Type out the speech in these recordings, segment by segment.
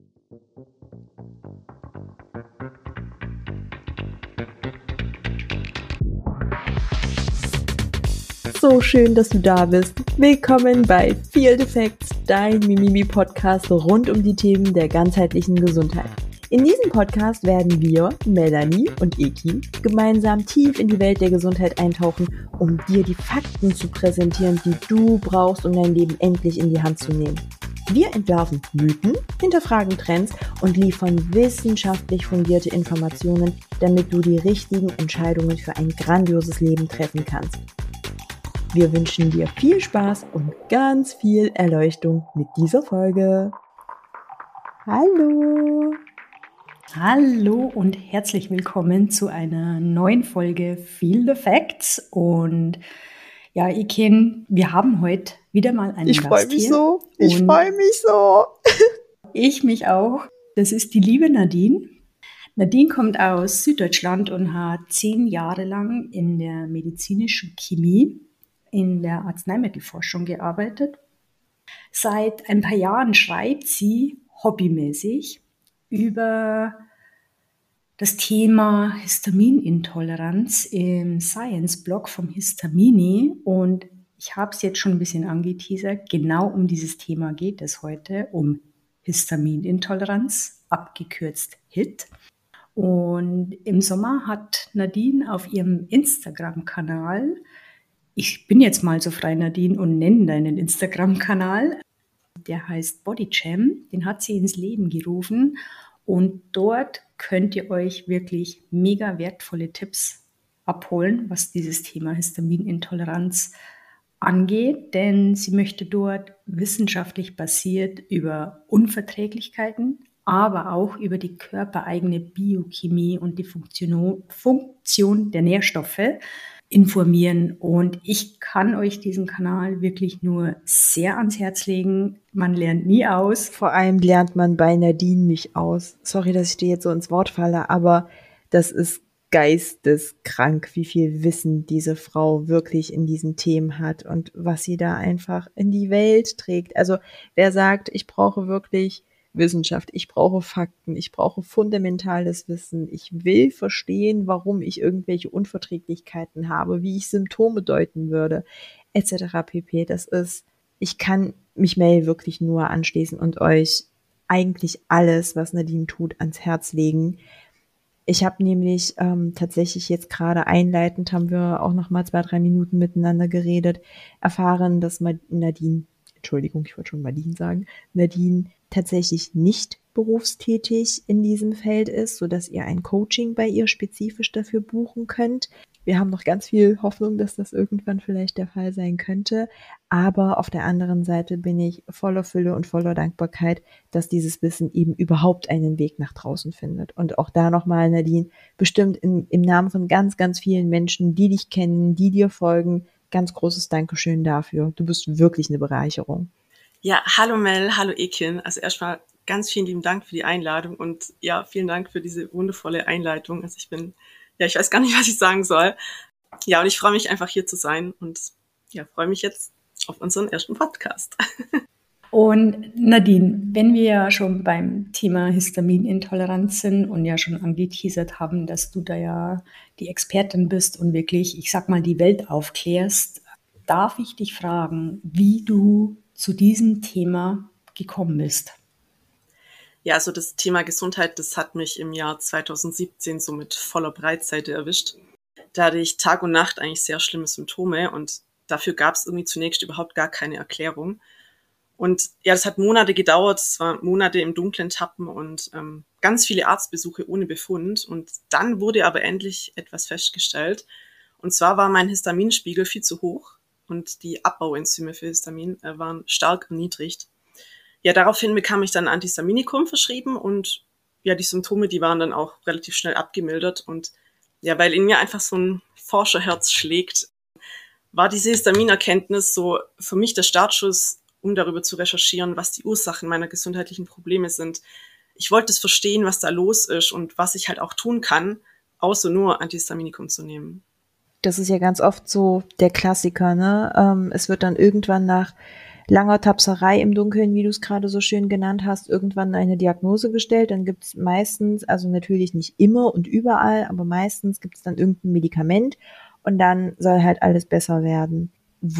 So schön, dass du da bist. Willkommen bei Field Effects, dein Mimimi-Podcast rund um die Themen der ganzheitlichen Gesundheit. In diesem Podcast werden wir, Melanie und Eki, gemeinsam tief in die Welt der Gesundheit eintauchen, um dir die Fakten zu präsentieren, die du brauchst, um dein Leben endlich in die Hand zu nehmen. Wir entwerfen Mythen, hinterfragen Trends und liefern wissenschaftlich fundierte Informationen, damit du die richtigen Entscheidungen für ein grandioses Leben treffen kannst. Wir wünschen dir viel Spaß und ganz viel Erleuchtung mit dieser Folge. Hallo! Hallo und herzlich willkommen zu einer neuen Folge Feel the Facts. Und ja, Ekin, wir haben heute wieder mal einen Ich freue Gast mich hier. so. Ich freue mich so. Ich mich auch. Das ist die liebe Nadine. Nadine kommt aus Süddeutschland und hat 10 Jahre lang in der medizinischen Chemie in der Arzneimittelforschung gearbeitet. Seit ein paar Jahren schreibt sie hobbymäßig über das Thema Histaminintoleranz im Science-Blog vom Histamini. Und ich habe es jetzt schon ein bisschen angeteasert. Genau um dieses Thema geht es heute, um Histaminintoleranz, abgekürzt HIT. Und im Sommer hat Nadine auf ihrem Instagram-Kanal, ich bin jetzt mal so frei, Nadine, und nenne deinen Instagram-Kanal, der heißt Bodyjam, den hat sie ins Leben gerufen und dort könnt ihr euch wirklich mega wertvolle Tipps abholen, was dieses Thema Histaminintoleranz angeht, denn sie möchte dort wissenschaftlich basiert über Unverträglichkeiten, aber auch über die körpereigene Biochemie und die Funktion der Nährstoffe informieren. Und ich kann euch diesen Kanal wirklich nur sehr ans Herz legen. Man lernt nie aus. Vor allem lernt man bei Nadine nicht aus. Sorry, dass ich dir jetzt so ins Wort falle, aber das ist geisteskrank, wie viel Wissen diese Frau wirklich in diesen Themen hat und was sie da einfach in die Welt trägt. Also wer sagt, ich brauche wirklich Wissenschaft, ich brauche Fakten, ich brauche fundamentales Wissen, ich will verstehen, warum ich irgendwelche Unverträglichkeiten habe, wie ich Symptome deuten würde, etc. pp. Ich kann mich Mel wirklich nur anschließen und euch eigentlich alles, was Nadine tut, ans Herz legen. Ich habe nämlich tatsächlich jetzt gerade einleitend, haben wir auch noch mal 2-3 Minuten miteinander geredet, erfahren, dass Nadine tatsächlich nicht berufstätig in diesem Feld ist, sodass ihr ein Coaching bei ihr spezifisch dafür buchen könnt. Wir haben noch ganz viel Hoffnung, dass das irgendwann vielleicht der Fall sein könnte. Aber auf der anderen Seite bin ich voller Fülle und voller Dankbarkeit, dass dieses Wissen eben überhaupt einen Weg nach draußen findet. Und auch da nochmal, Nadine, bestimmt im Namen von ganz, ganz vielen Menschen, die dich kennen, die dir folgen, ganz großes Dankeschön dafür. Du bist wirklich eine Bereicherung. Ja, hallo Mel, hallo Ekin. Also erstmal ganz vielen lieben Dank für die Einladung und ja, vielen Dank für diese wundervolle Einleitung. Also ich weiß gar nicht, was ich sagen soll. Ja, und ich freue mich einfach hier zu sein und ja, freue mich jetzt auf unseren ersten Podcast. Und Nadine, wenn wir ja schon beim Thema Histaminintoleranz sind und ja schon angeteasert haben, dass du da ja die Expertin bist und wirklich, ich sag mal, die Welt aufklärst, darf ich dich fragen, wie du zu diesem Thema gekommen bist? Ja, also das Thema Gesundheit, das hat mich im Jahr 2017 so mit voller Breitseite erwischt. Da hatte ich Tag und Nacht eigentlich sehr schlimme Symptome und dafür gab es irgendwie zunächst überhaupt gar keine Erklärung. Und ja, das hat Monate gedauert, es waren Monate im Dunklen tappen und ganz viele Arztbesuche ohne Befund. Und dann wurde aber endlich etwas festgestellt. Und zwar war mein Histaminspiegel viel zu hoch und die Abbauenzyme für Histamin waren stark erniedrigt. Ja, daraufhin bekam ich dann Antihistaminikum verschrieben und ja, die Symptome, die waren dann auch relativ schnell abgemildert. Und ja, weil in mir einfach so ein Forscherherz schlägt, war diese Histaminerkenntnis so für mich der Startschuss, um darüber zu recherchieren, was die Ursachen meiner gesundheitlichen Probleme sind. Ich wollte es verstehen, was da los ist und was ich halt auch tun kann, außer nur Antihistaminikum zu nehmen. Das ist ja ganz oft so der Klassiker, ne? Es wird dann irgendwann nach langer Tapserei im Dunkeln, wie du es gerade so schön genannt hast, irgendwann eine Diagnose gestellt. Dann gibt es meistens, also natürlich nicht immer und überall, aber meistens gibt es dann irgendein Medikament und dann soll halt alles besser werden.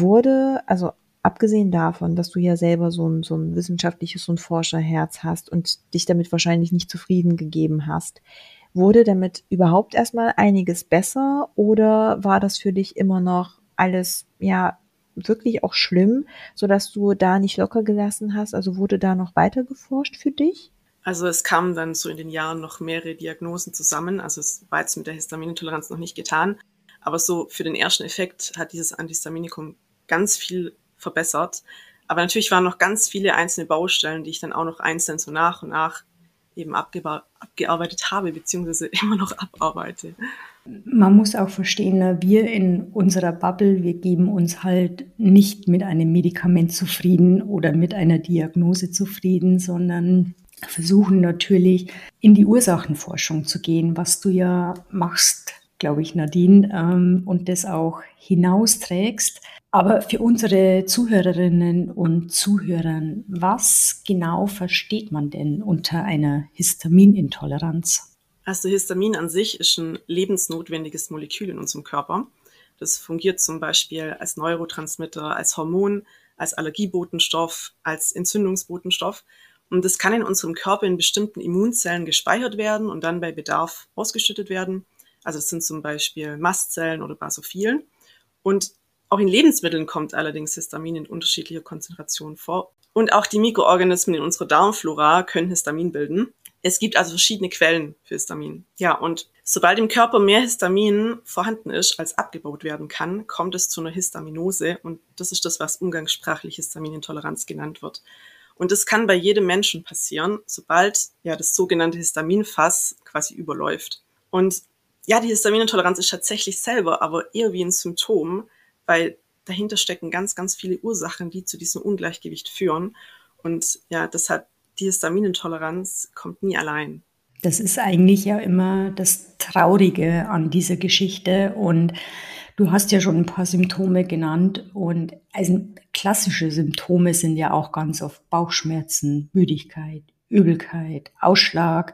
Also abgesehen davon, dass du ja selber so ein wissenschaftliches, so ein Forscherherz hast und dich damit wahrscheinlich nicht zufrieden gegeben hast, wurde damit überhaupt erstmal einiges besser oder war das für dich immer noch alles, ja, wirklich auch schlimm, sodass du da nicht locker gelassen hast? Also wurde da noch weiter geforscht für dich? Also es kamen dann so in den Jahren noch mehrere Diagnosen zusammen. Also es war jetzt mit der Histaminintoleranz noch nicht getan. Aber so für den ersten Effekt hat dieses Antihistaminikum ganz viel verbessert. Aber natürlich waren noch ganz viele einzelne Baustellen, die ich dann auch noch einzeln so nach und nach eben abgearbeitet habe, beziehungsweise immer noch abarbeite. Man muss auch verstehen, wir in unserer Bubble, wir geben uns halt nicht mit einem Medikament zufrieden oder mit einer Diagnose zufrieden, sondern versuchen natürlich in die Ursachenforschung zu gehen, was du ja machst, glaube ich, Nadine, und das auch hinausträgst. Aber für unsere Zuhörerinnen und Zuhörer, was genau versteht man denn unter einer Histaminintoleranz? Also Histamin an sich ist ein lebensnotwendiges Molekül in unserem Körper. Das fungiert zum Beispiel als Neurotransmitter, als Hormon, als Allergiebotenstoff, als Entzündungsbotenstoff. Und das kann in unserem Körper in bestimmten Immunzellen gespeichert werden und dann bei Bedarf ausgeschüttet werden. Also es sind zum Beispiel Mastzellen oder Basophilen. Und auch in Lebensmitteln kommt allerdings Histamin in unterschiedlicher Konzentration vor. Und auch die Mikroorganismen in unserer Darmflora können Histamin bilden. Es gibt also verschiedene Quellen für Histamin. Ja, und sobald im Körper mehr Histamin vorhanden ist, als abgebaut werden kann, kommt es zu einer Histaminose. Und das ist das, was umgangssprachlich Histaminintoleranz genannt wird. Und das kann bei jedem Menschen passieren, sobald ja das sogenannte Histaminfass quasi überläuft. Und ja, die Histaminintoleranz ist tatsächlich selber aber eher wie ein Symptom, weil dahinter stecken ganz, ganz viele Ursachen, die zu diesem Ungleichgewicht führen. Und ja, deshalb die Histaminintoleranz kommt nie allein. Das ist eigentlich ja immer das Traurige an dieser Geschichte. Und du hast ja schon ein paar Symptome genannt. Und also klassische Symptome sind ja auch ganz oft Bauchschmerzen, Müdigkeit, Übelkeit, Ausschlag.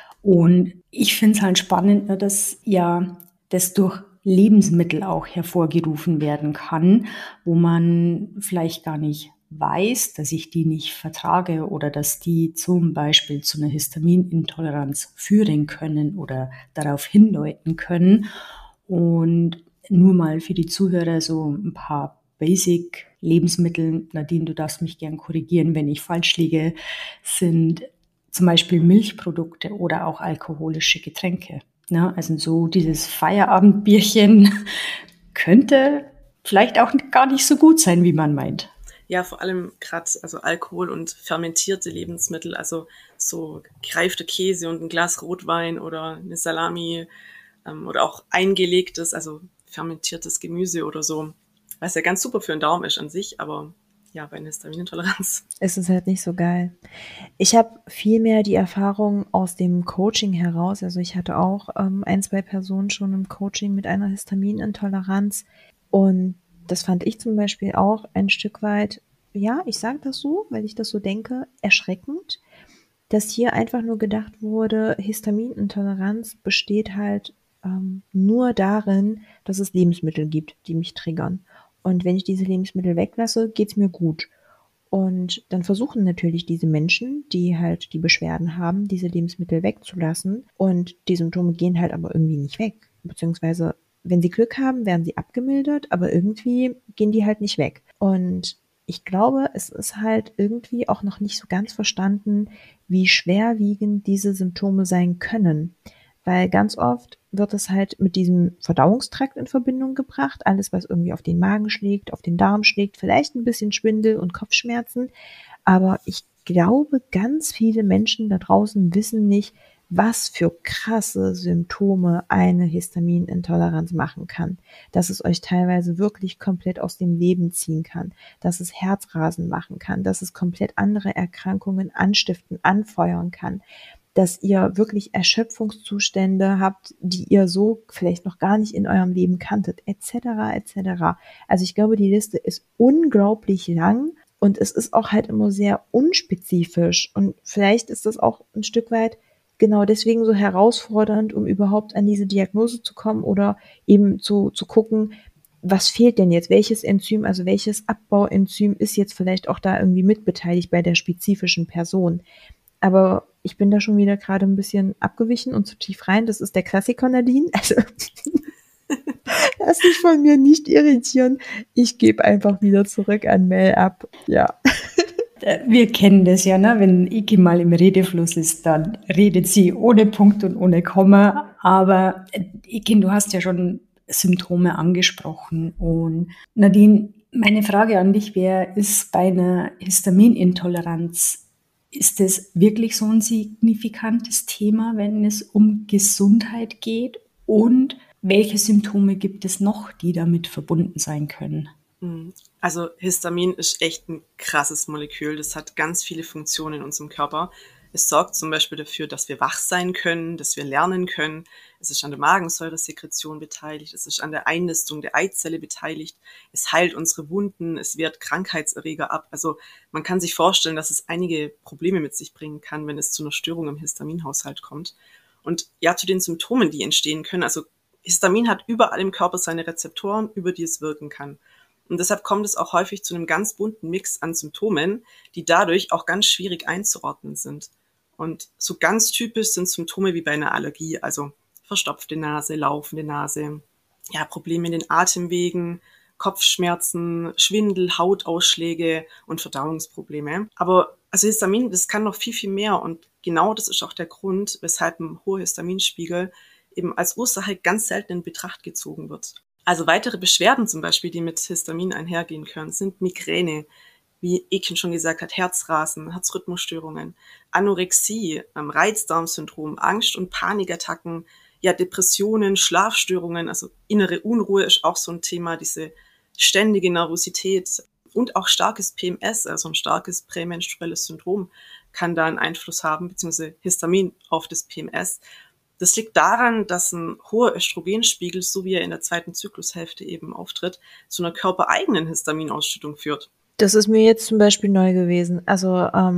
Und ich finde es halt spannend, dass ja das durch Lebensmittel auch hervorgerufen werden kann, wo man vielleicht gar nicht weiß, dass ich die nicht vertrage oder dass die zum Beispiel zu einer Histaminintoleranz führen können oder darauf hindeuten können. Und nur mal für die Zuhörer so ein paar Basic-Lebensmittel, Nadine, du darfst mich gern korrigieren, wenn ich falsch liege, sind zum Beispiel Milchprodukte oder auch alkoholische Getränke. Ja, also so dieses Feierabendbierchen könnte vielleicht auch gar nicht so gut sein, wie man meint. Ja, vor allem gerade also Alkohol und fermentierte Lebensmittel, also so gereifter Käse und ein Glas Rotwein oder eine Salami oder auch eingelegtes, also fermentiertes Gemüse oder so, was ja ganz super für den Darm ist an sich, aber ja, bei einer Histaminintoleranz ist es halt nicht so geil. Ich habe viel mehr die Erfahrung aus dem Coaching heraus, also ich hatte auch 1-2 Personen schon im Coaching mit einer Histaminintoleranz und das fand ich zum Beispiel auch ein Stück weit, ja, ich sage das so, weil ich das so denke, erschreckend, dass hier einfach nur gedacht wurde, Histaminintoleranz besteht halt nur darin, dass es Lebensmittel gibt, die mich triggern. Und wenn ich diese Lebensmittel weglasse, geht's mir gut. Und dann versuchen natürlich diese Menschen, die halt die Beschwerden haben, diese Lebensmittel wegzulassen. Und die Symptome gehen halt aber irgendwie nicht weg. Beziehungsweise, wenn sie Glück haben, werden sie abgemildert, aber irgendwie gehen die halt nicht weg. Und ich glaube, es ist halt irgendwie auch noch nicht so ganz verstanden, wie schwerwiegend diese Symptome sein können. Weil ganz oft wird es halt mit diesem Verdauungstrakt in Verbindung gebracht. Alles, was irgendwie auf den Magen schlägt, auf den Darm schlägt, vielleicht ein bisschen Schwindel und Kopfschmerzen. Aber ich glaube, ganz viele Menschen da draußen wissen nicht, was für krasse Symptome eine Histaminintoleranz machen kann. Dass es euch teilweise wirklich komplett aus dem Leben ziehen kann. Dass es Herzrasen machen kann. Dass es komplett andere Erkrankungen anstiften, anfeuern kann. Dass ihr wirklich Erschöpfungszustände habt, die ihr so vielleicht noch gar nicht in eurem Leben kanntet, etc., etc. Also ich glaube, die Liste ist unglaublich lang Und es ist auch halt immer sehr unspezifisch. Und vielleicht ist das auch ein Stück weit genau deswegen so herausfordernd, um überhaupt an diese Diagnose zu kommen oder eben zu gucken, was fehlt denn jetzt? Welches Enzym, also welches Abbauenzym ist jetzt vielleicht auch da irgendwie mitbeteiligt bei der spezifischen Person? Aber ich bin da schon wieder gerade ein bisschen abgewichen und zu tief rein. Das ist der Klassiker, Nadine. Also lass dich von mir nicht irritieren. Ich gebe einfach wieder zurück an Mel ab. Ja. Wir kennen das ja, ne? Wenn Iki mal im Redefluss ist, dann redet sie ohne Punkt und ohne Komma. Aber Iki, du hast ja schon Symptome angesprochen. Und Nadine, meine Frage an dich wäre, ist bei einer Histaminintoleranz, ist es wirklich so ein signifikantes Thema, wenn es um Gesundheit geht? Und welche Symptome gibt es noch, die damit verbunden sein können? Also Histamin ist echt ein krasses Molekül. Das hat ganz viele Funktionen in unserem Körper. Es sorgt zum Beispiel dafür, dass wir wach sein können, dass wir lernen können. Es ist an der Magensäuresekretion beteiligt. Es ist an der Einnistung der Eizelle beteiligt. Es heilt unsere Wunden. Es wehrt Krankheitserreger ab. Also man kann sich vorstellen, dass es einige Probleme mit sich bringen kann, wenn es zu einer Störung im Histaminhaushalt kommt. Und ja, zu den Symptomen, die entstehen können. Also Histamin hat überall im Körper seine Rezeptoren, über die es wirken kann. Und deshalb kommt es auch häufig zu einem ganz bunten Mix an Symptomen, die dadurch auch ganz schwierig einzuordnen sind. Und so ganz typisch sind Symptome wie bei einer Allergie, also verstopfte Nase, laufende Nase, ja, Probleme in den Atemwegen, Kopfschmerzen, Schwindel, Hautausschläge und Verdauungsprobleme. Aber also Histamin, das kann noch viel, viel mehr. Und genau das ist auch der Grund, weshalb ein hoher Histaminspiegel eben als Ursache ganz selten in Betracht gezogen wird. Also weitere Beschwerden zum Beispiel, die mit Histamin einhergehen können, sind Migräne, wie Eken schon gesagt hat, Herzrasen, Herzrhythmusstörungen, Anorexie, Reizdarmsyndrom, Angst- und Panikattacken, ja, Depressionen, Schlafstörungen, also innere Unruhe ist auch so ein Thema, diese ständige Nervosität und auch starkes PMS, also ein starkes prämenstruelles Syndrom kann da einen Einfluss haben, beziehungsweise Histamin auf das PMS. Das liegt daran, dass ein hoher Östrogenspiegel, so wie er in der zweiten Zyklushälfte eben auftritt, zu einer körpereigenen Histaminausschüttung führt. Das ist mir jetzt zum Beispiel neu gewesen. Also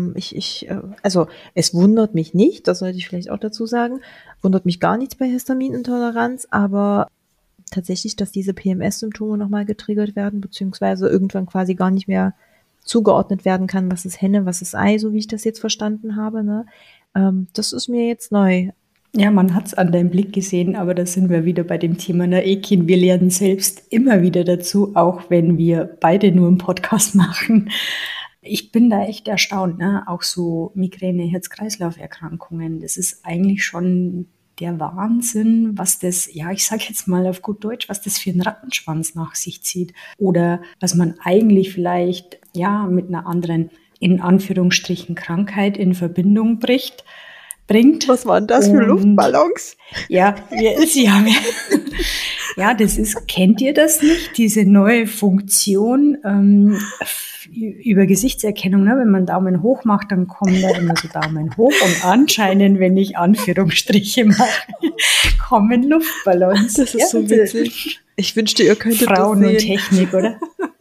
also es wundert mich nicht, das sollte ich vielleicht auch dazu sagen, wundert mich gar nichts bei Histaminintoleranz, aber tatsächlich, dass diese PMS-Symptome nochmal getriggert werden, beziehungsweise irgendwann quasi gar nicht mehr zugeordnet werden kann, was ist Henne, was ist Ei, so wie ich das jetzt verstanden habe. Ne? Das ist mir jetzt neu. Ja, man hat es an deinem Blick gesehen, aber da sind wir wieder bei dem Thema, ne, Ekin, wir lernen selbst immer wieder dazu, auch wenn wir beide nur einen Podcast machen. Ich bin da echt erstaunt, ne? Auch so Migräne, Herz-Kreislauf-Erkrankungen, das ist eigentlich schon der Wahnsinn, was das, ja, ich sage jetzt mal auf gut Deutsch, was das für einen Rattenschwanz nach sich zieht. Oder was man eigentlich vielleicht, ja, mit einer anderen, in Anführungsstrichen, Krankheit in Verbindung bringt. Was waren das für Luftballons? Ja, sie haben ja, das ist, kennt ihr das nicht? Diese neue Funktion über Gesichtserkennung, ne? Wenn man Daumen hoch macht, dann kommen da immer so Daumen hoch und anscheinend, wenn ich Anführungsstriche mache, kommen Luftballons. Das ist so witzig. Ich wünschte, ihr könntet Frauen das sehen. und Technik, oder?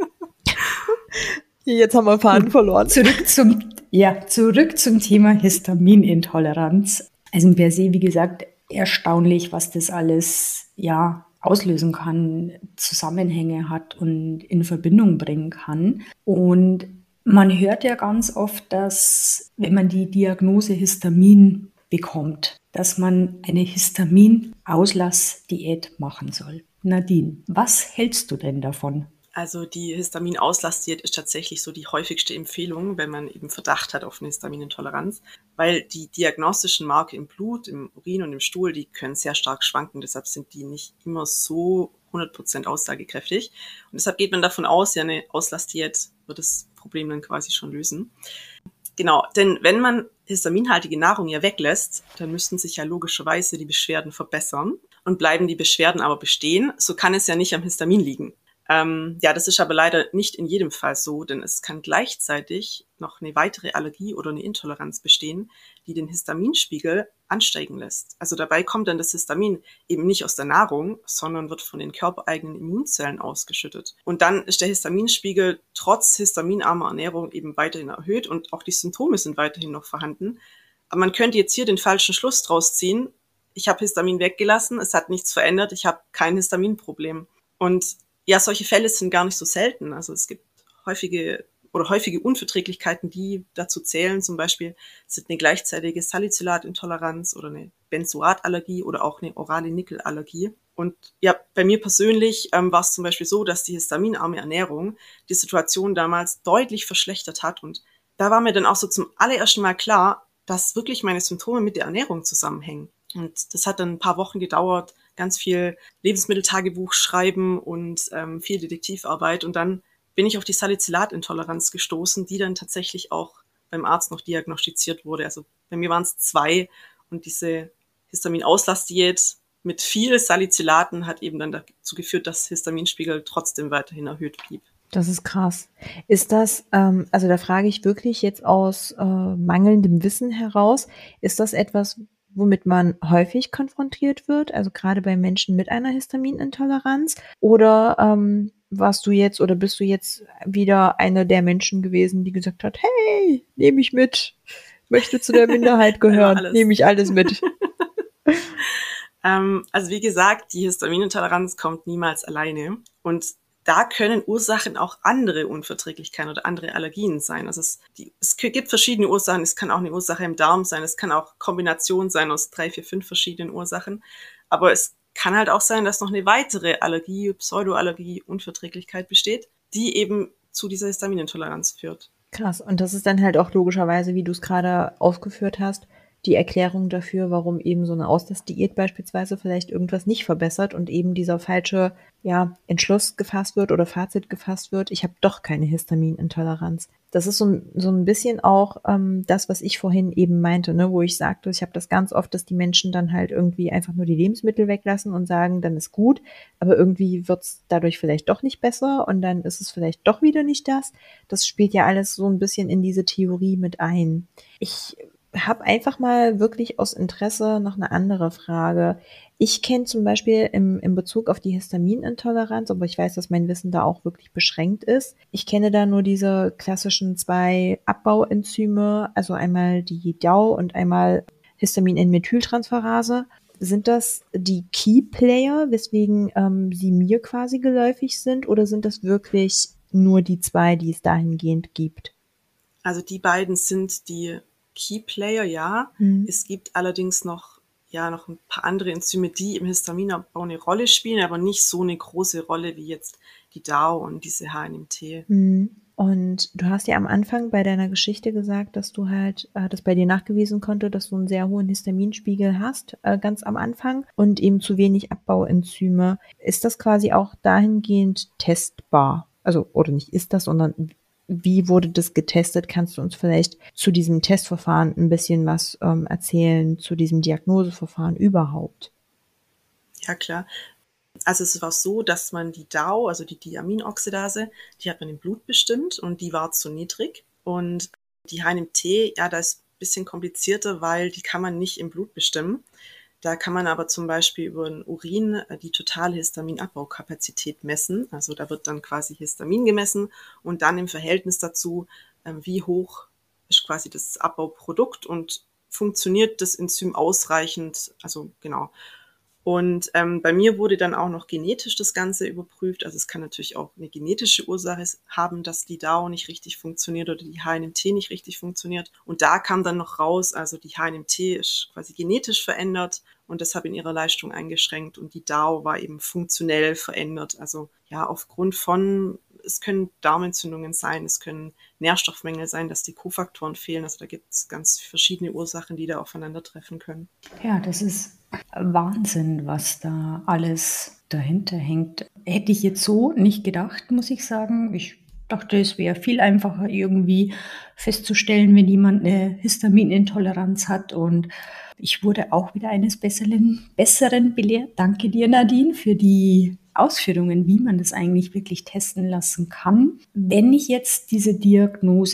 Jetzt haben wir Faden verloren. Zurück zum Thema Histaminintoleranz. Also per se, wie gesagt, erstaunlich, was das alles, ja, auslösen kann, Zusammenhänge hat und in Verbindung bringen kann. Und man hört ja ganz oft, dass, wenn man die Diagnose Histamin bekommt, dass man eine Histaminauslassdiät machen soll. Nadine, was hältst du denn davon? Also die Histaminauslassdiät ist tatsächlich so die häufigste Empfehlung, wenn man eben Verdacht hat auf eine Histaminintoleranz, weil die diagnostischen Marker im Blut, im Urin und im Stuhl, die können sehr stark schwanken, deshalb sind die nicht immer so 100% aussagekräftig. Und deshalb geht man davon aus, ja, eine Auslassdiät wird das Problem dann quasi schon lösen. Genau, denn wenn man histaminhaltige Nahrung ja weglässt, dann müssten sich ja logischerweise die Beschwerden verbessern. Und bleiben die Beschwerden aber bestehen, so kann es ja nicht am Histamin liegen. Ja, das ist aber leider nicht in jedem Fall so, denn es kann gleichzeitig noch eine weitere Allergie oder eine Intoleranz bestehen, die den Histaminspiegel ansteigen lässt. Also dabei kommt dann das Histamin eben nicht aus der Nahrung, sondern wird von den körpereigenen Immunzellen ausgeschüttet. Und dann ist der Histaminspiegel trotz histaminarmer Ernährung eben weiterhin erhöht und auch die Symptome sind weiterhin noch vorhanden. Aber man könnte jetzt hier den falschen Schluss draus ziehen. Ich habe Histamin weggelassen, es hat nichts verändert, ich habe kein Histaminproblem. Und ja, solche Fälle sind gar nicht so selten. Also es gibt häufige Unverträglichkeiten, die dazu zählen. Zum Beispiel sind eine gleichzeitige Salicylatintoleranz oder eine Benzoatallergie oder auch eine orale Nickelallergie. Und ja, bei mir persönlich war es zum Beispiel so, dass die histaminarme Ernährung die Situation damals deutlich verschlechtert hat. Und da war mir dann auch so zum allerersten Mal klar, dass wirklich meine Symptome mit der Ernährung zusammenhängen. Und das hat dann ein paar Wochen gedauert, ganz viel Lebensmitteltagebuch schreiben und viel Detektivarbeit. Und dann bin ich auf die Salicylatintoleranz gestoßen, die dann tatsächlich auch beim Arzt noch diagnostiziert wurde. Also bei mir waren es 2 und diese Histaminauslassdiät mit viel Salicylaten hat eben dann dazu geführt, dass Histaminspiegel trotzdem weiterhin erhöht blieb. Das ist krass. Ist das, also da frage ich wirklich jetzt aus mangelndem Wissen heraus, ist das etwas, womit man häufig konfrontiert wird, also gerade bei Menschen mit einer Histaminintoleranz? Oder warst du jetzt oder bist du jetzt wieder eine der Menschen gewesen, die gesagt hat, hey, nehme ich mit, möchte zu der Minderheit gehören, nehme ich alles mit? Also wie gesagt, die Histaminintoleranz kommt niemals alleine und da können Ursachen auch andere Unverträglichkeiten oder andere Allergien sein. Also es gibt verschiedene Ursachen. Es kann auch eine Ursache im Darm sein. Es kann auch Kombination sein aus 3, 4, 5 verschiedenen Ursachen. Aber es kann halt auch sein, dass noch eine weitere Allergie, Pseudoallergie, Unverträglichkeit besteht, die eben zu dieser Histaminintoleranz führt. Krass. Und das ist dann halt auch logischerweise, wie du es gerade ausgeführt hast, die Erklärung dafür, warum eben so eine Auslassdiät beispielsweise vielleicht irgendwas nicht verbessert und eben dieser falsche Entschluss gefasst wird oder Fazit gefasst wird, ich habe doch keine Histaminintoleranz. Das ist so ein bisschen auch das, was ich vorhin eben meinte, ne, wo ich sagte, ich habe das ganz oft, dass die Menschen dann halt irgendwie einfach nur die Lebensmittel weglassen und sagen, dann ist gut, aber irgendwie wird's dadurch vielleicht doch nicht besser und dann ist es vielleicht doch wieder nicht das. Das spielt ja alles so ein bisschen in diese Theorie mit ein. Ich habe einfach mal wirklich aus Interesse noch eine andere Frage. Ich kenne zum Beispiel im Bezug auf die Histaminintoleranz, aber ich weiß, dass mein Wissen da auch wirklich beschränkt ist. Ich kenne da nur diese klassischen 2 Abbauenzyme, also einmal die DAO und einmal Histamin-N-Methyltransferase. Sind das die Key Player, weswegen sie mir quasi geläufig sind, oder sind das wirklich nur die 2, die es dahingehend gibt? Also die beiden sind die Keyplayer, ja. Es gibt allerdings noch ein paar andere Enzyme, die im Histaminabbau eine Rolle spielen, aber nicht so eine große Rolle wie jetzt die DAO und diese HNMT. Und du hast ja am Anfang bei deiner Geschichte gesagt, dass du halt, das bei dir nachgewiesen konnte, dass du einen sehr hohen Histaminspiegel hast, ganz am Anfang und eben zu wenig Abbauenzyme. Ist das quasi auch dahingehend testbar? Also, oder nicht ist das, sondern wie wurde das getestet? Kannst du uns vielleicht zu diesem Testverfahren ein bisschen was erzählen, zu diesem Diagnoseverfahren überhaupt? Ja, klar. Also es war so, dass man die DAO, also die Diaminoxidase, die hat man im Blut bestimmt und die war zu niedrig. Und die HNMT, ja, da ist ein bisschen komplizierter, weil die kann man nicht im Blut bestimmen. Da kann man aber zum Beispiel über den Urin die totale Histaminabbaukapazität messen. Also da wird dann quasi Histamin gemessen und dann im Verhältnis dazu, wie hoch ist quasi das Abbauprodukt und funktioniert das Enzym ausreichend. Also genau. Und bei mir wurde dann auch noch genetisch das Ganze überprüft. Also es kann natürlich auch eine genetische Ursache haben, dass die DAO nicht richtig funktioniert oder die HNMT nicht richtig funktioniert. Und da kam dann noch raus, also die HNMT ist quasi genetisch verändert und deshalb in ihrer Leistung eingeschränkt. Und die DAO war eben funktionell verändert. Also ja, aufgrund von, es können Darmentzündungen sein, es können Nährstoffmängel sein, dass die Kofaktoren fehlen. Also da gibt es ganz verschiedene Ursachen, die da aufeinandertreffen können. Ja, das ist Wahnsinn, was da alles dahinter hängt. Hätte ich jetzt so nicht gedacht, muss ich sagen. Ich dachte, es wäre viel einfacher irgendwie festzustellen, wenn jemand eine Histaminintoleranz hat. Und ich wurde auch wieder eines Besseren belehrt. Danke dir, Nadine, für die Ausführungen, wie man das eigentlich wirklich testen lassen kann. Wenn ich jetzt diese Diagnose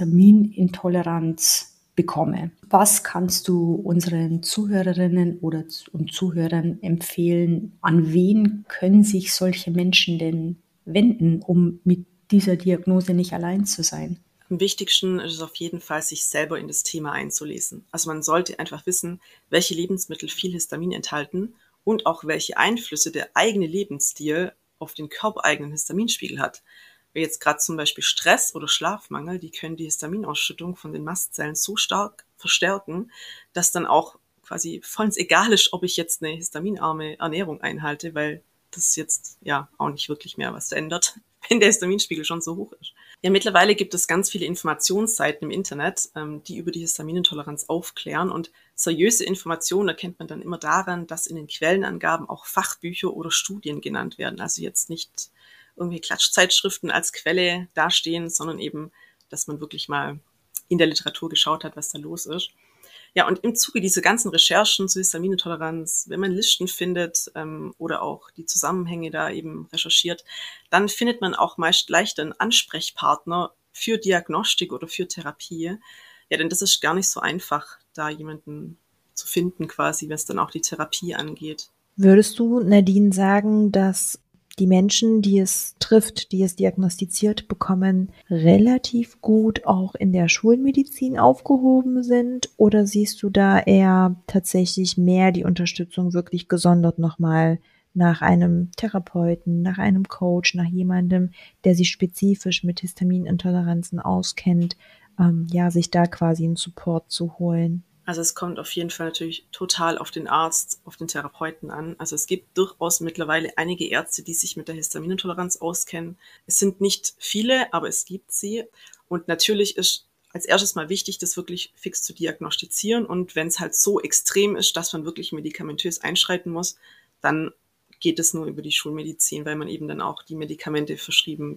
Histaminintoleranz bekomme, was kannst du unseren Zuhörerinnen und Zuhörern empfehlen? An wen können sich solche Menschen denn wenden, um mit dieser Diagnose nicht allein zu sein? Am wichtigsten ist es auf jeden Fall, sich selber in das Thema einzulesen. Also man sollte einfach wissen, welche Lebensmittel viel Histamin enthalten und auch welche Einflüsse der eigene Lebensstil auf den körpereigenen Histaminspiegel hat. Wie jetzt gerade zum Beispiel Stress oder Schlafmangel, die können die Histaminausschüttung von den Mastzellen so stark verstärken, dass dann auch quasi vollends egal ist, ob ich jetzt eine histaminarme Ernährung einhalte, weil das jetzt ja auch nicht wirklich mehr was ändert, wenn der Histaminspiegel schon so hoch ist. Ja, mittlerweile gibt es ganz viele Informationsseiten im Internet, die über die Histaminintoleranz aufklären, und seriöse Informationen erkennt man dann immer daran, dass in den Quellenangaben auch Fachbücher oder Studien genannt werden. Also jetzt nicht irgendwie Klatschzeitschriften als Quelle dastehen, sondern eben, dass man wirklich mal in der Literatur geschaut hat, was da los ist. Ja, und im Zuge dieser ganzen Recherchen zur Histaminintoleranz, wenn man Listen findet oder auch die Zusammenhänge da eben recherchiert, dann findet man auch meist leichter einen Ansprechpartner für Diagnostik oder für Therapie. Ja, denn das ist gar nicht so einfach, da jemanden zu finden quasi, wenn es dann auch die Therapie angeht. Würdest du, Nadine, sagen, dass die Menschen, die es trifft, die es diagnostiziert bekommen, relativ gut auch in der Schulmedizin aufgehoben sind? Oder siehst du da eher tatsächlich mehr die Unterstützung wirklich gesondert nochmal nach einem Therapeuten, nach einem Coach, nach jemandem, der sich spezifisch mit Histaminintoleranzen auskennt, sich da quasi einen Support zu holen? Also es kommt auf jeden Fall natürlich total auf den Arzt, auf den Therapeuten an. Also es gibt durchaus mittlerweile einige Ärzte, die sich mit der Histaminintoleranz auskennen. Es sind nicht viele, aber es gibt sie. Und natürlich ist als erstes mal wichtig, das wirklich fix zu diagnostizieren. Und wenn es halt so extrem ist, dass man wirklich medikamentös einschreiten muss, dann geht es nur über die Schulmedizin, weil man eben dann auch die Medikamente verschrieben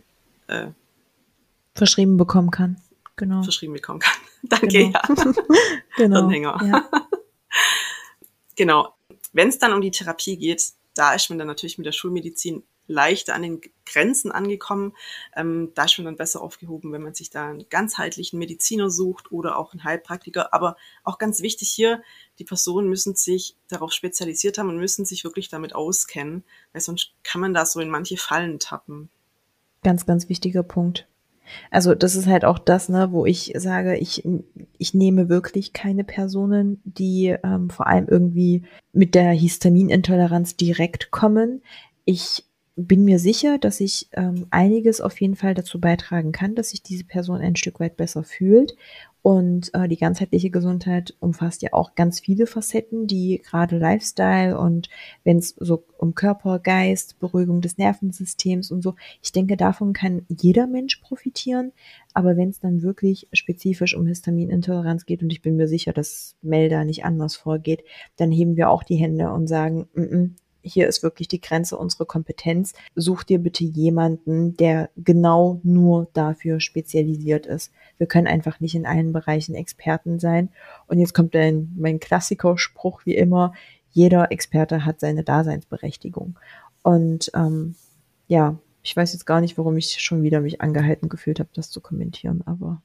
bekommen kann. Genau. Verschrieben bekommen kann. Danke, genau. ja. Genau. Hirnhänger. Ja. Genau. Wenn es dann um die Therapie geht, da ist man dann natürlich mit der Schulmedizin leichter an den Grenzen angekommen. Da ist man dann besser aufgehoben, wenn man sich da einen ganzheitlichen Mediziner sucht oder auch einen Heilpraktiker. Aber auch ganz wichtig hier, die Personen müssen sich darauf spezialisiert haben und müssen sich wirklich damit auskennen, weil sonst kann man da so in manche Fallen tappen. Ganz, ganz wichtiger Punkt. Also das ist halt auch das, ne, wo ich sage, ich nehme wirklich keine Personen, die vor allem irgendwie mit der Histaminintoleranz direkt kommen. Ich bin mir sicher, dass ich einiges auf jeden Fall dazu beitragen kann, dass sich diese Person ein Stück weit besser fühlt. Und die ganzheitliche Gesundheit umfasst ja auch ganz viele Facetten, die gerade Lifestyle und wenn es so um Körper, Geist, Beruhigung des Nervensystems und so, ich denke, davon kann jeder Mensch profitieren. Aber wenn es dann wirklich spezifisch um Histaminintoleranz geht, und ich bin mir sicher, dass Mel da nicht anders vorgeht, dann heben wir auch die Hände und sagen, hier ist wirklich die Grenze unserer Kompetenz. Such dir bitte jemanden, der genau nur dafür spezialisiert ist. Wir können einfach nicht in allen Bereichen Experten sein. Und jetzt kommt mein Klassikerspruch wie immer, jeder Experte hat seine Daseinsberechtigung. Und ich weiß jetzt gar nicht, warum ich schon wieder mich angehalten gefühlt habe, das zu kommentieren, aber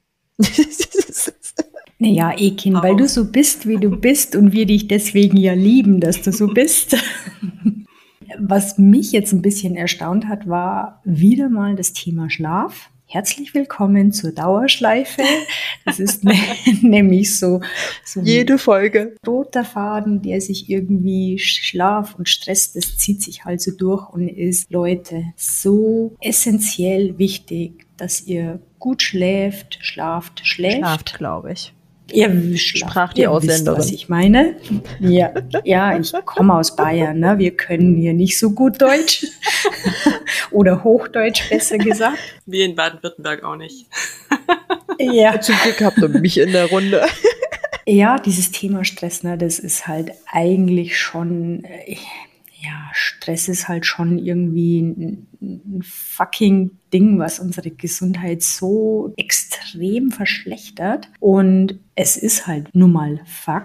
Naja, Ekin, weil du so bist, wie du bist und wir dich deswegen ja lieben, dass du so bist. Was mich jetzt ein bisschen erstaunt hat, war wieder mal das Thema Schlaf. Herzlich willkommen zur Dauerschleife. Das ist nämlich so jede Folge. Roter Faden, der sich irgendwie Schlaf und Stress, das zieht sich halt so durch und ist, Leute, so essentiell wichtig, dass ihr gut schläft, schlaft, glaube ich. Ihr sprach die Ausländerin. Wisst, was ich meine? Ja, ich komme aus Bayern, ne? Wir können hier nicht so gut Deutsch. Oder Hochdeutsch, besser gesagt. Wir in Baden-Württemberg auch nicht. Ja. Zum Glück habt ihr mich in der Runde. Ja, dieses Thema Stress, ne, das ist halt eigentlich schon, Stress ist halt schon irgendwie ein fucking Ding, was unsere Gesundheit so extrem verschlechtert. Und es ist halt nun mal Fakt,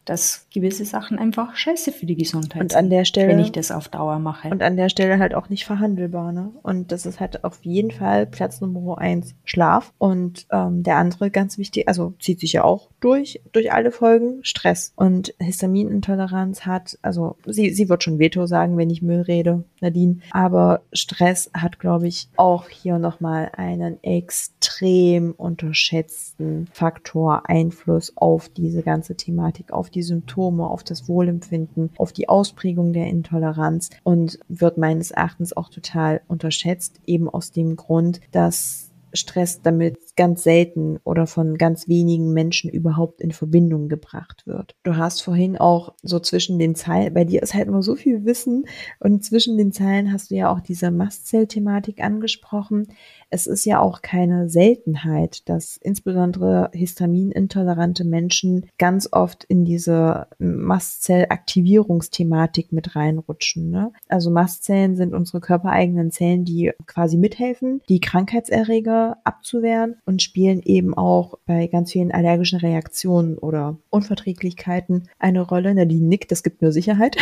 dass gewisse Sachen einfach scheiße für die Gesundheit Und an der Stelle, wenn ich das auf Dauer mache. Und an der Stelle halt auch nicht verhandelbar, ne? Und das ist halt auf jeden Fall Platz Nummer 1 Schlaf. Und der andere ganz wichtig, also zieht sich ja auch durch alle Folgen, Stress. Und Histaminintoleranz hat, also sie wird schon Veto sagen, wenn ich Müll rede, Nadine. Aber Stress hat, glaube ich, auch hier nochmal einen extrem unterschätzten Faktor, Einfluss auf diese ganze Thematik, auf die Symptome, auf das Wohlempfinden, auf die Ausprägung der Intoleranz und wird meines Erachtens auch total unterschätzt, eben aus dem Grund, dass Stress damit ganz selten oder von ganz wenigen Menschen überhaupt in Verbindung gebracht wird. Du hast vorhin auch so zwischen den Zeilen, bei dir ist halt immer so viel Wissen und zwischen den Zeilen hast du ja auch diese Mastzell-Thematik angesprochen. Es ist ja auch keine Seltenheit, dass insbesondere histaminintolerante Menschen ganz oft in diese Mastzellaktivierungsthematik mit reinrutschen, ne? Also Mastzellen sind unsere körpereigenen Zellen, die quasi mithelfen, die Krankheitserreger abzuwehren und spielen eben auch bei ganz vielen allergischen Reaktionen oder Unverträglichkeiten eine Rolle. Nadine nickt, das gibt mir Sicherheit.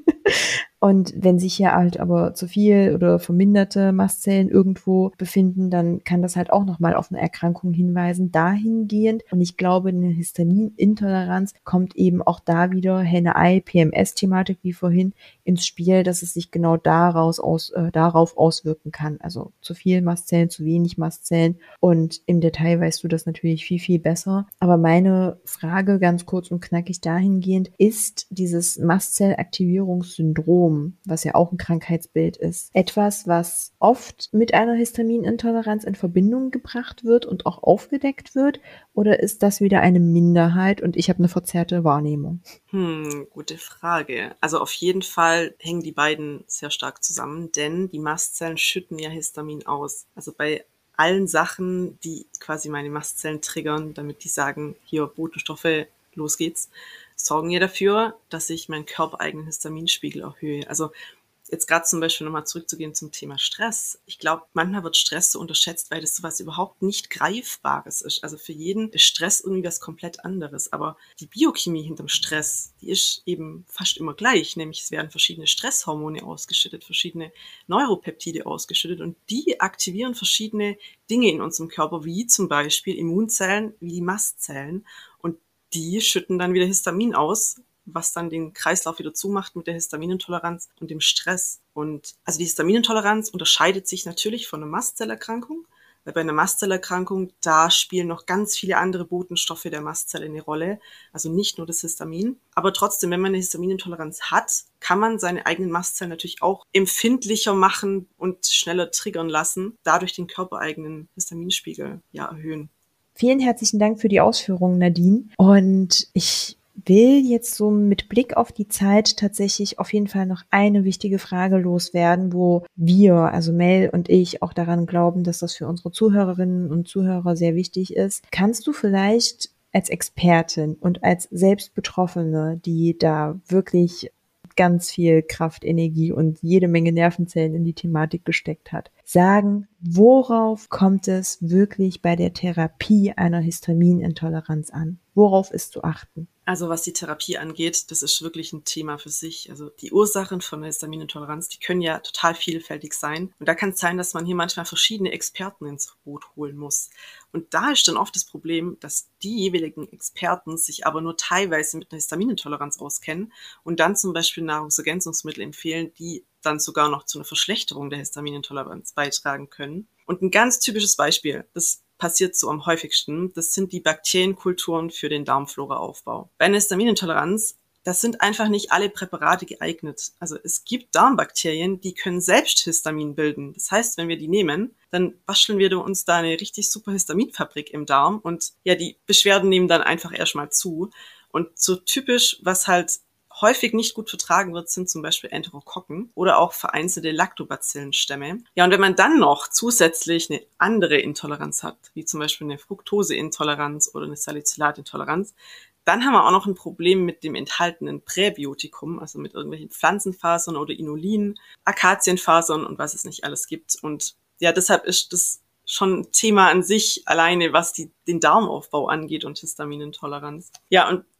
Und wenn sich hier halt aber zu viel oder verminderte Mastzellen irgendwo befinden, dann kann das halt auch nochmal auf eine Erkrankung hinweisen, dahingehend. Und ich glaube, eine Histaminintoleranz kommt eben auch da wieder Henne-Ei-PMS-Thematik wie vorhin ins Spiel, dass es sich genau darauf auswirken kann. Also zu viel Mastzellen, zu wenig Mastzellen. Und im Detail weißt du das natürlich viel, viel besser. Aber meine Frage ganz kurz und knackig dahingehend, ist dieses Mastzellaktivierungssyndrom, was ja auch ein Krankheitsbild ist, etwas, was oft mit einer Histaminintoleranz in Verbindung gebracht wird und auch aufgedeckt wird? Oder ist das wieder eine Minderheit und ich habe eine verzerrte Wahrnehmung? Gute Frage. Also auf jeden Fall hängen die beiden sehr stark zusammen, denn die Mastzellen schütten ja Histamin aus. Also bei allen Sachen, die quasi meine Mastzellen triggern, damit die sagen, hier Botenstoffe, los geht's, sorgen ja dafür, dass ich meinen körpereigenen Histaminspiegel erhöhe. Also jetzt gerade zum Beispiel nochmal zurückzugehen zum Thema Stress. Ich glaube, manchmal wird Stress so unterschätzt, weil das sowas überhaupt nicht Greifbares ist. Also für jeden ist Stress irgendwie was komplett anderes. Aber die Biochemie hinterm Stress, die ist eben fast immer gleich. Nämlich es werden verschiedene Stresshormone ausgeschüttet, verschiedene Neuropeptide ausgeschüttet und die aktivieren verschiedene Dinge in unserem Körper, wie zum Beispiel Immunzellen, wie die Mastzellen. Und die schütten dann wieder Histamin aus, was dann den Kreislauf wieder zumacht mit der Histaminintoleranz und dem Stress. Und also die Histaminintoleranz unterscheidet sich natürlich von einer Mastzellerkrankung, weil bei einer Mastzellerkrankung, da spielen noch ganz viele andere Botenstoffe der Mastzelle eine Rolle, also nicht nur das Histamin. Aber trotzdem, wenn man eine Histaminintoleranz hat, kann man seine eigenen Mastzellen natürlich auch empfindlicher machen und schneller triggern lassen, dadurch den körpereigenen Histaminspiegel erhöhen. Vielen herzlichen Dank für die Ausführungen, Nadine. Und ich will jetzt so mit Blick auf die Zeit tatsächlich auf jeden Fall noch eine wichtige Frage loswerden, wo wir, also Mel und ich, auch daran glauben, dass das für unsere Zuhörerinnen und Zuhörer sehr wichtig ist. Kannst du vielleicht als Expertin und als Selbstbetroffene, die da wirklich ganz viel Kraft, Energie und jede Menge Nervenzellen in die Thematik gesteckt hat, sagen, worauf kommt es wirklich bei der Therapie einer Histaminintoleranz an? Worauf ist zu achten? Also was die Therapie angeht, das ist wirklich ein Thema für sich. Also die Ursachen von der Histaminintoleranz, die können ja total vielfältig sein. Und da kann es sein, dass man hier manchmal verschiedene Experten ins Boot holen muss. Und da ist dann oft das Problem, dass die jeweiligen Experten sich aber nur teilweise mit einer Histaminintoleranz auskennen und dann zum Beispiel Nahrungsergänzungsmittel empfehlen, die dann sogar noch zu einer Verschlechterung der Histaminintoleranz beitragen können. Und ein ganz typisches Beispiel, das passiert so am häufigsten, das sind die Bakterienkulturen für den Darmfloraaufbau. Bei einer Histaminintoleranz, das sind einfach nicht alle Präparate geeignet. Also es gibt Darmbakterien, die können selbst Histamin bilden. Das heißt, wenn wir die nehmen, dann basteln wir uns da eine richtig super Histaminfabrik im Darm und die Beschwerden nehmen dann einfach erstmal zu. Und so typisch, was halt häufig nicht gut vertragen wird, sind zum Beispiel Enterokokken oder auch vereinzelte Lactobacillenstämme. Ja, und wenn man dann noch zusätzlich eine andere Intoleranz hat, wie zum Beispiel eine Fructoseintoleranz oder eine Salicylatintoleranz, dann haben wir auch noch ein Problem mit dem enthaltenen Präbiotikum, also mit irgendwelchen Pflanzenfasern oder Inulin, Akazienfasern und was es nicht alles gibt. Und deshalb ist das schon ein Thema an sich alleine, was den Darmaufbau angeht und Histaminintoleranz. Ja, und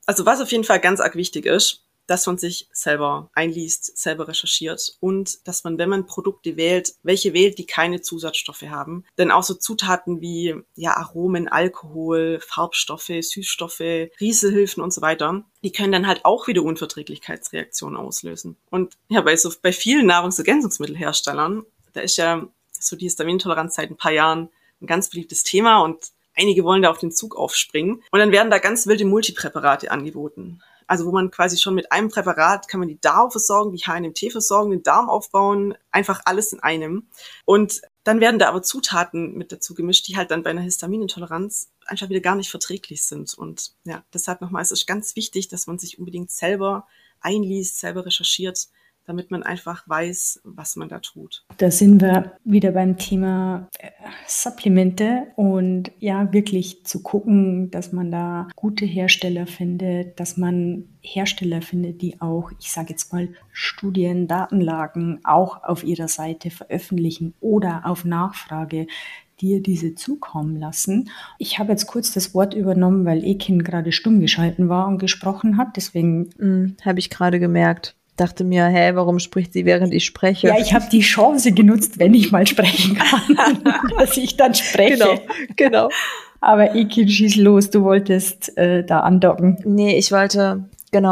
Also was auf jeden Fall ganz arg wichtig ist, dass man sich selber einliest, selber recherchiert und dass man, wenn man Produkte wählt, welche wählt, die keine Zusatzstoffe haben. Denn auch so Zutaten wie Aromen, Alkohol, Farbstoffe, Süßstoffe, Rieselhilfen und so weiter, die können dann halt auch wieder Unverträglichkeitsreaktionen auslösen. Und bei vielen Nahrungsergänzungsmittelherstellern, da ist ja so die Histaminintoleranz seit ein paar Jahren ein ganz beliebtes Thema und einige wollen da auf den Zug aufspringen. Und dann werden da ganz wilde Multipräparate angeboten. Also wo man quasi schon mit einem Präparat kann man die Darm versorgen, die HNMT versorgen, den Darm aufbauen, einfach alles in einem. Und dann werden da aber Zutaten mit dazu gemischt, die halt dann bei einer Histaminintoleranz einfach wieder gar nicht verträglich sind. Und deshalb nochmal, es ist ganz wichtig, dass man sich unbedingt selber einliest, selber recherchiert, damit man einfach weiß, was man da tut. Da sind wir wieder beim Thema Supplemente und wirklich zu gucken, dass man da gute Hersteller findet, dass man Hersteller findet, die auch, ich sage jetzt mal, Studien, Datenlagen auch auf ihrer Seite veröffentlichen oder auf Nachfrage dir diese zukommen lassen. Ich habe jetzt kurz das Wort übernommen, weil Ekin gerade stumm geschalten war und gesprochen hat, deswegen habe ich gerade gemerkt. Dachte mir, warum spricht sie, während ich spreche? Ja, ich habe die Chance genutzt, wenn ich mal sprechen kann, dass ich dann spreche. Genau. Aber Ekin, schieß los, du wolltest da andocken. Nee, ich wollte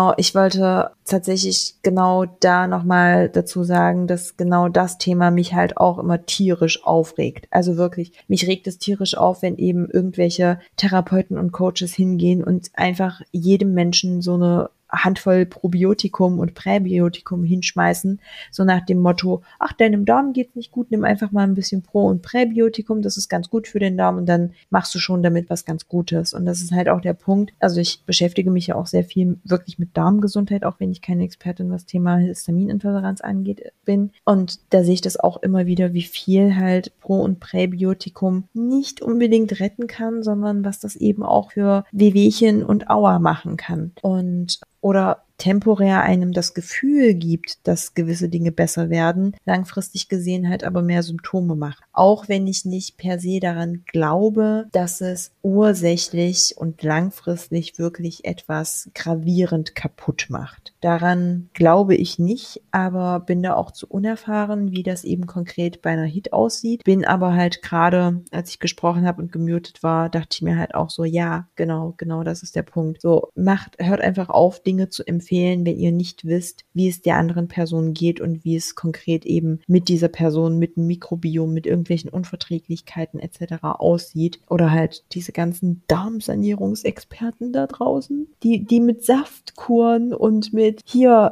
tatsächlich genau da nochmal dazu sagen, dass genau das Thema mich halt auch immer tierisch aufregt. Also wirklich, mich regt es tierisch auf, wenn eben irgendwelche Therapeuten und Coaches hingehen und einfach jedem Menschen so eine Handvoll Probiotikum und Präbiotikum hinschmeißen, so nach dem Motto, ach, deinem Darm geht's nicht gut, nimm einfach mal ein bisschen Pro- und Präbiotikum, das ist ganz gut für den Darm und dann machst du schon damit was ganz Gutes. Und das ist halt auch der Punkt, also ich beschäftige mich ja auch sehr viel wirklich mit Darmgesundheit, auch wenn ich keine Expertin, was Thema Histaminintoleranz angeht, bin. Und da sehe ich das auch immer wieder, wie viel halt Pro- und Präbiotikum nicht unbedingt retten kann, sondern was das eben auch für Wehwehchen und Aua machen kann. Oder temporär einem das Gefühl gibt, dass gewisse Dinge besser werden, langfristig gesehen halt aber mehr Symptome macht. Auch wenn ich nicht per se daran glaube, dass es ursächlich und langfristig wirklich etwas gravierend kaputt macht. Daran glaube ich nicht, aber bin da auch zu unerfahren, wie das eben konkret bei einer HIT aussieht. Bin aber halt gerade, als ich gesprochen habe und gemutet war, dachte ich mir halt auch so, ja, genau, das ist der Punkt. So, hört einfach auf, Dinge zu empfehlen, wenn ihr nicht wisst, wie es der anderen Person geht und wie es konkret eben mit dieser Person, mit dem Mikrobiom, mit irgendwelchen Unverträglichkeiten etc. aussieht. Oder halt diese ganzen Darmsanierungsexperten da draußen, die mit Saftkuren und mit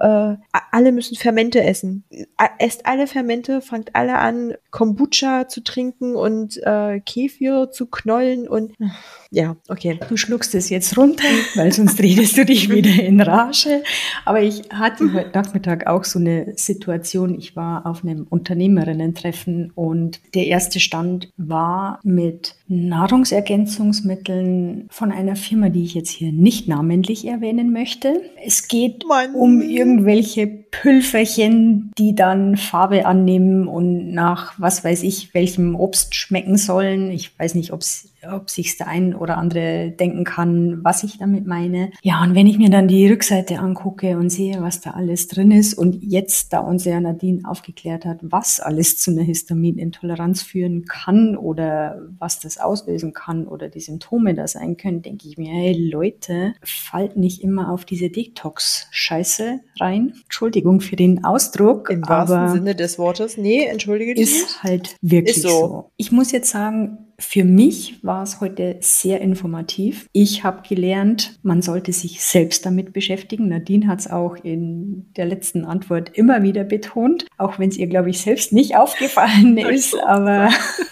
alle müssen Fermente essen. Esst alle Fermente, fangt alle an, Kombucha zu trinken und Kefir zu knollen und ja, okay. Du schluckst es jetzt runter, weil sonst redest du dich wieder in Rage. Aber ich hatte heute Nachmittag auch so eine Situation. Ich war auf einem Unternehmerinnen-Treffen und der erste Stand war mit Nahrungsergänzungsmitteln von einer Firma, die ich jetzt hier nicht namentlich erwähnen möchte. Es geht um irgendwelche Pülferchen, die dann Farbe annehmen und nach was weiß ich welchem Obst schmecken sollen. Ich weiß nicht, ob sich der ein oder andere denken kann, was ich damit meine. Ja, und wenn ich mir dann die Rückseite angucke und sehe, was da alles drin ist und jetzt, da uns ja Nadine aufgeklärt hat, was alles zu einer Histaminintoleranz führen kann oder was das auslösen kann oder die Symptome da sein können, denke ich mir, hey Leute, fallt nicht immer auf diese Detox-Scheiße rein. Entschuldigung für den Ausdruck. Im wahrsten Sinne des Wortes. Nee, entschuldige dich. Ist halt wirklich so. Ich muss jetzt sagen, für mich war es heute sehr informativ. Ich habe gelernt, man sollte sich selbst damit beschäftigen. Nadine hat es auch in der letzten Antwort immer wieder betont, auch wenn es ihr, glaube ich, selbst nicht aufgefallen ist. Aber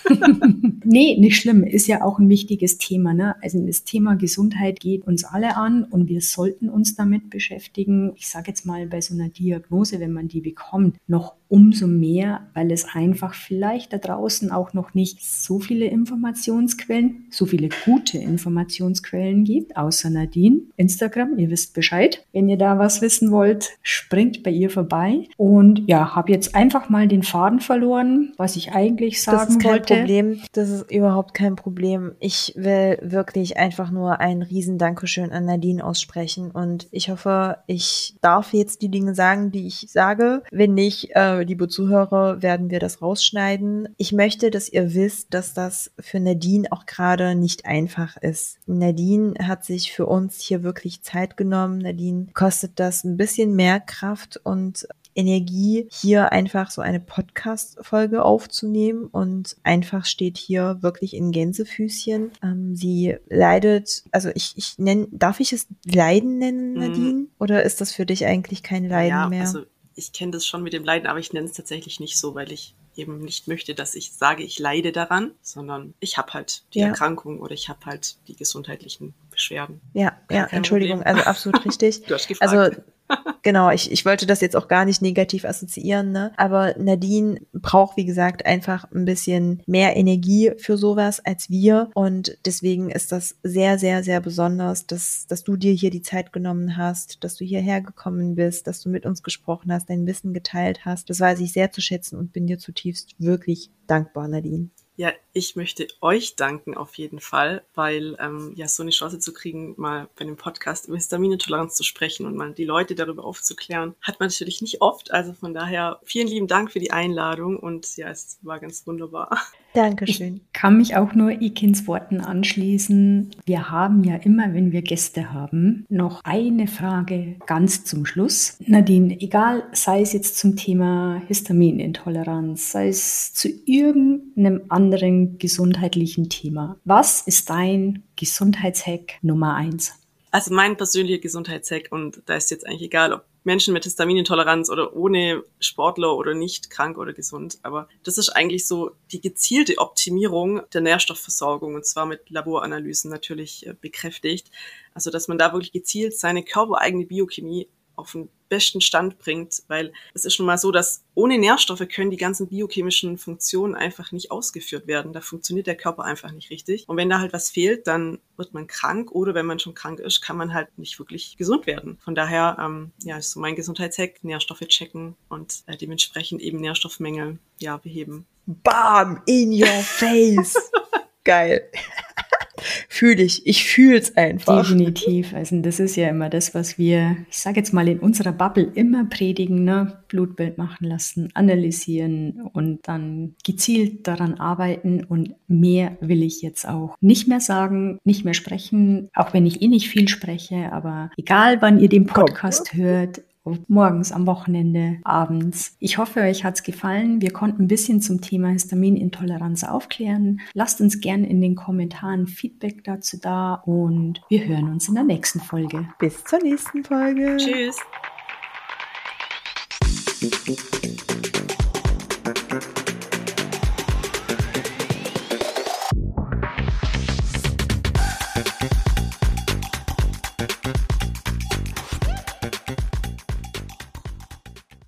nee, nicht schlimm. Ist ja auch ein wichtiges Thema, ne? Also das Thema Gesundheit geht uns alle an und wir sollten uns damit beschäftigen. Ich sage jetzt mal bei so einer Diagnose, wenn man die bekommt, noch umso mehr, weil es einfach vielleicht da draußen auch noch nicht so viele Informationsquellen, so viele gute Informationsquellen gibt, außer Nadine, Instagram, ihr wisst Bescheid. Wenn ihr da was wissen wollt, springt bei ihr vorbei. Und ja, habe jetzt einfach mal den Faden verloren, was ich eigentlich sagen wollte. Das ist überhaupt kein Problem. Ich will wirklich einfach nur ein riesen Dankeschön an Nadine aussprechen und ich hoffe, ich darf jetzt die Dinge sagen, die ich sage. Wenn nicht, liebe Zuhörer, werden wir das rausschneiden. Ich möchte, dass ihr wisst, dass das für Nadine auch gerade nicht einfach ist. Nadine hat sich für uns hier wirklich Zeit genommen. Nadine kostet das ein bisschen mehr Kraft und Energie, hier einfach so eine Podcast-Folge aufzunehmen und einfach steht hier wirklich in Gänsefüßchen. Sie leidet, also darf ich es Leiden nennen, Nadine? Oder ist das für dich eigentlich kein Leiden mehr? Also ich kenne das schon mit dem Leiden, aber ich nenne es tatsächlich nicht so, weil ich eben nicht möchte, dass ich sage, ich leide daran, sondern ich habe halt die Erkrankung oder ich habe halt die gesundheitlichen Beschwerden. Ja, Entschuldigung, Problem. Also absolut richtig. Du hast gefragt. Also genau, ich wollte das jetzt auch gar nicht negativ assoziieren, ne? Aber Nadine braucht, wie gesagt, einfach ein bisschen mehr Energie für sowas als wir und deswegen ist das sehr, sehr, sehr besonders, dass du dir hier die Zeit genommen hast, dass du hierher gekommen bist, dass du mit uns gesprochen hast, dein Wissen geteilt hast. Das weiß ich sehr zu schätzen und bin dir zutiefst wirklich dankbar, Nadine. Ja, ich möchte euch danken auf jeden Fall, weil so eine Chance zu kriegen, mal bei einem Podcast über Histaminintoleranz zu sprechen und mal die Leute darüber aufzuklären, hat man natürlich nicht oft. Also von daher vielen lieben Dank für die Einladung und ja, es war ganz wunderbar. Dankeschön. Ich kann mich auch nur Ikins Worten anschließen. Wir haben ja immer, wenn wir Gäste haben, noch eine Frage ganz zum Schluss. Nadine, egal, sei es jetzt zum Thema Histaminintoleranz, sei es zu irgendeinem anderen gesundheitlichen Thema. Was ist dein Gesundheitshack Nummer 1? Also mein persönlicher Gesundheitshack, und da ist jetzt eigentlich egal, ob Menschen mit Histaminintoleranz oder ohne, Sportler oder nicht, krank oder gesund, aber das ist eigentlich so die gezielte Optimierung der Nährstoffversorgung und zwar mit Laboranalysen natürlich bekräftigt. Also dass man da wirklich gezielt seine körpereigene Biochemie auf den besten Stand bringt, weil es ist schon mal so, dass ohne Nährstoffe können die ganzen biochemischen Funktionen einfach nicht ausgeführt werden. Da funktioniert der Körper einfach nicht richtig. Und wenn da halt was fehlt, dann wird man krank oder wenn man schon krank ist, kann man halt nicht wirklich gesund werden. Von daher, ist so mein Gesundheitshack, Nährstoffe checken und dementsprechend eben Nährstoffmängel, beheben. Bam! In your face! Geil! Ich fühl's einfach. Definitiv. Also das ist ja immer das, was wir, ich sage jetzt mal in unserer Bubble immer predigen, ne? Blutbild machen lassen, analysieren und dann gezielt daran arbeiten und mehr will ich jetzt auch nicht mehr sagen, nicht mehr sprechen, auch wenn ich nicht viel spreche, aber egal wann ihr den Podcast hört, morgens, am Wochenende, abends. Ich hoffe, euch hat's gefallen. Wir konnten ein bisschen zum Thema Histaminintoleranz aufklären. Lasst uns gerne in den Kommentaren Feedback dazu da und wir hören uns in der nächsten Folge. Bis zur nächsten Folge. Tschüss.